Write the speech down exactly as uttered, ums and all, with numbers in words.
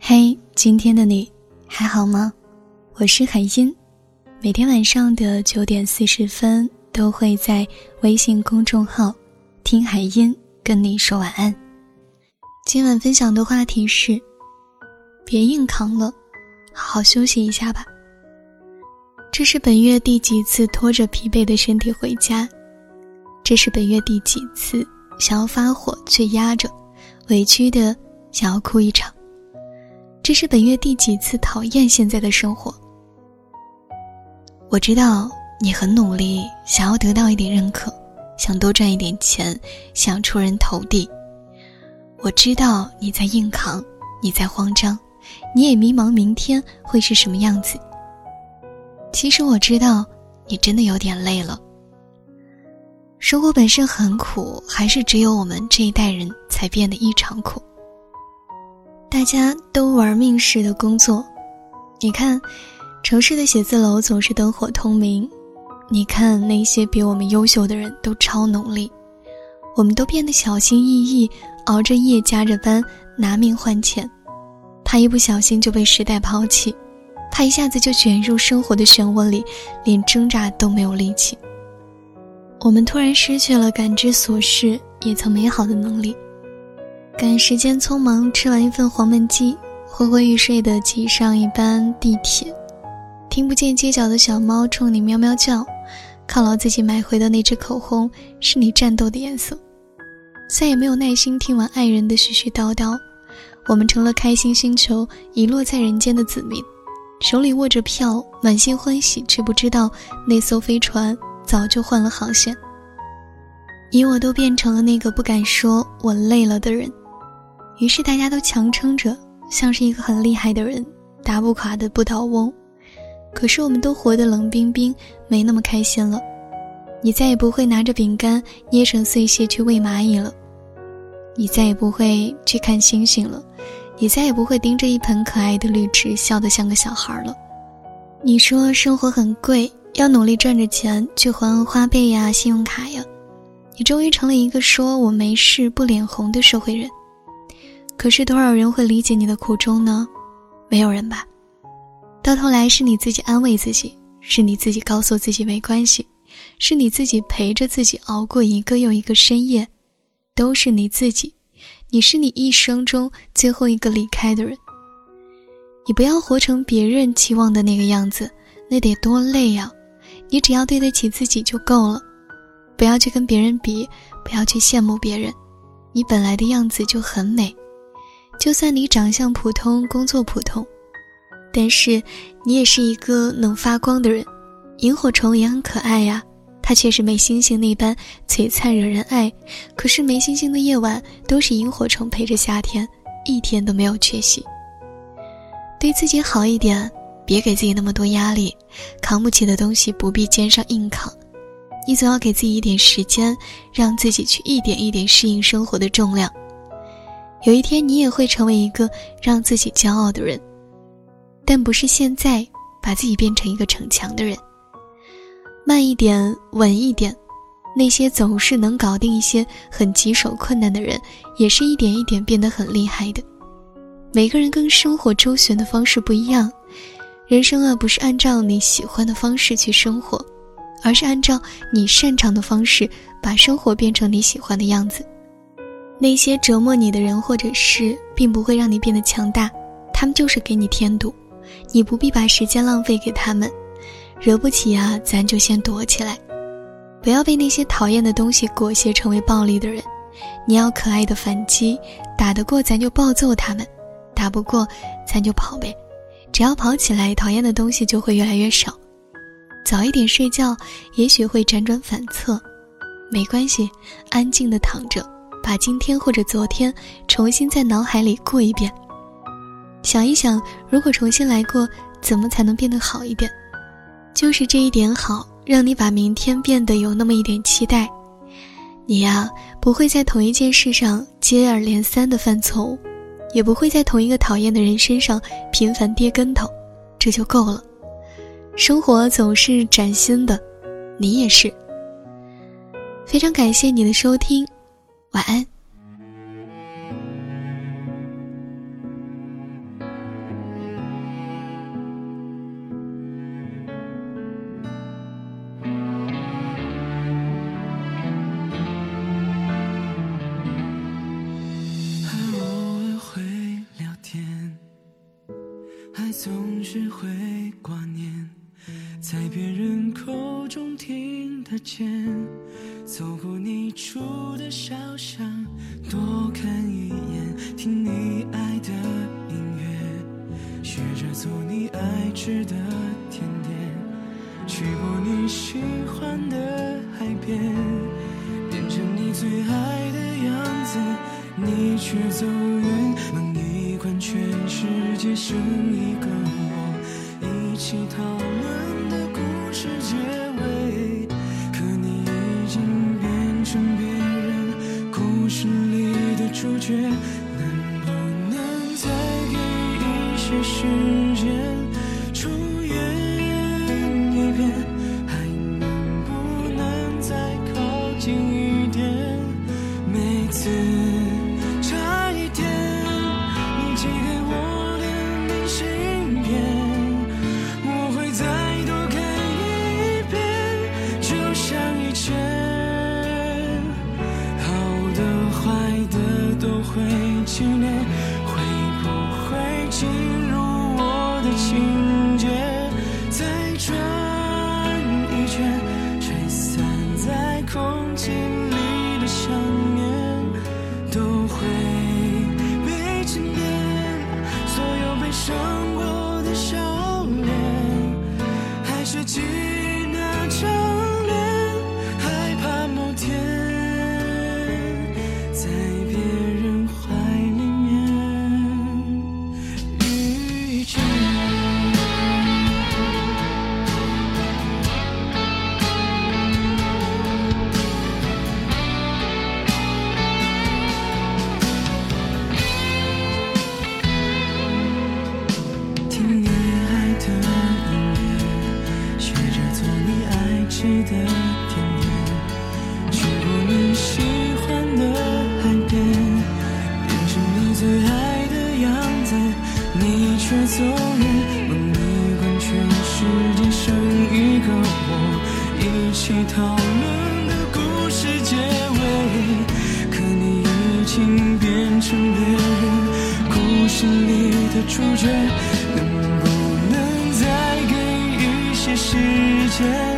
嘿，今天的你还好吗？我是海音，每天晚上的九点四十分都会在微信公众号听海音跟你说晚安。今晚分享的话题是别硬扛了，好好休息一下吧。这是本月第几次拖着疲惫的身体回家，这是本月第几次想要发火却压着，委屈的想要哭一场，这是本月第几次讨厌现在的生活。我知道你很努力，想要得到一点认可，想多赚一点钱，想出人头地。我知道你在硬扛，你在慌张，你也迷茫明天会是什么样子。其实我知道你真的有点累了。生活本身很苦，还是只有我们这一代人才变得异常苦。大家都玩命似的工作，你看城市的写字楼总是灯火通明，你看那些比我们优秀的人都超努力，我们都变得小心翼翼，熬着夜加着班，拿命换钱，怕一不小心就被时代抛弃，怕一下子就卷入生活的漩涡里，连挣扎都没有力气。我们突然失去了感知琐事也曾美好的能力，赶时间匆忙吃完一份黄焖鸡，昏昏欲睡地挤上一班地铁，听不见街角的小猫冲你喵喵叫，犒劳自己买回的那支口红是你战斗的颜色。再也没有耐心听完爱人的絮絮叨叨，我们成了开心星球遗落在人间的子民，手里握着票，满心欢喜，却不知道那艘飞船早就换了航线。你我都变成了那个不敢说我累了的人，于是大家都强撑着，像是一个很厉害的人，打不垮的不倒翁。可是我们都活得冷冰冰，没那么开心了。你再也不会拿着饼干捏成碎屑去喂蚂蚁了，你再也不会去看星星了，你再也不会盯着一盆可爱的绿植笑得像个小孩了。你说生活很贵，要努力赚着钱去还花呗呀、信用卡呀，你终于成了一个说我没事不脸红的社会人。可是多少人会理解你的苦衷呢？没有人吧。到头来是你自己安慰自己，是你自己告诉自己没关系，是你自己陪着自己熬过一个又一个深夜，都是你自己，你是你一生中最后一个离开的人。你不要活成别人期望的那个样子，那得多累啊！你只要对得起自己就够了，不要去跟别人比，不要去羡慕别人，你本来的样子就很美。就算你长相普通，工作普通，但是你也是一个能发光的人。萤火虫也很可爱呀，它却是没星星那般璀璨惹人爱，可是没星星的夜晚都是萤火虫陪着夏天，一天都没有缺席。对自己好一点，别给自己那么多压力，扛不起的东西不必肩上硬扛，你总要给自己一点时间，让自己去一点一点适应生活的重量。有一天你也会成为一个让自己骄傲的人，但不是现在把自己变成一个逞强的人。慢一点，稳一点，那些总是能搞定一些很棘手困难的人，也是一点一点变得很厉害的。每个人跟生活周旋的方式不一样，人生啊，不是按照你喜欢的方式去生活，而是按照你擅长的方式把生活变成你喜欢的样子。那些折磨你的人或者事并不会让你变得强大，他们就是给你添堵，你不必把时间浪费给他们。惹不起啊，咱就先躲起来，不要被那些讨厌的东西裹挟成为暴力的人。你要可爱的反击，打得过咱就暴揍他们，打不过咱就跑呗，只要跑起来，讨厌的东西就会越来越少。早一点睡觉，也许会辗转反侧，没关系，安静地躺着，把今天或者昨天重新在脑海里过一遍，想一想，如果重新来过，怎么才能变得好一点？就是这一点好，让你把明天变得有那么一点期待。你呀，不会在同一件事上接二连三地犯错误，也不会在同一个讨厌的人身上频繁跌跟头，这就够了。生活总是崭新的，你也是。非常感谢你的收听，晚安。 总是会挂念，在别人口中听得见，走过你住的小巷，多看一眼，听你爱的音乐，学着做你爱吃的甜点，去过你喜欢的海边，变成你最爱的样子，你却走远，梦一关，全世界剩一个我，一起讨论的故事结尾，可你已经变成别人故事里的主角，能不能再给一些时间重演一遍，还能不能再靠近一点，每次差一点你寄给我的明信片，我会再多看一遍，就像以前，好的坏的都会纪念，会不会进入我的情节，再转一圈，吹散在空气里的想念都会被沉淀，所有被伤过的笑脸，还是记那张脸，害怕某天在别人怀里面遇见。听你爱的音乐，学着做你爱吃的甜点，去过你喜欢的海边，变成你最爱的样子，你却走远，梦一关，全世界剩一个我，一起讨论的故事结尾，可你已经变成别人故事里的主角，能不能再给一些时间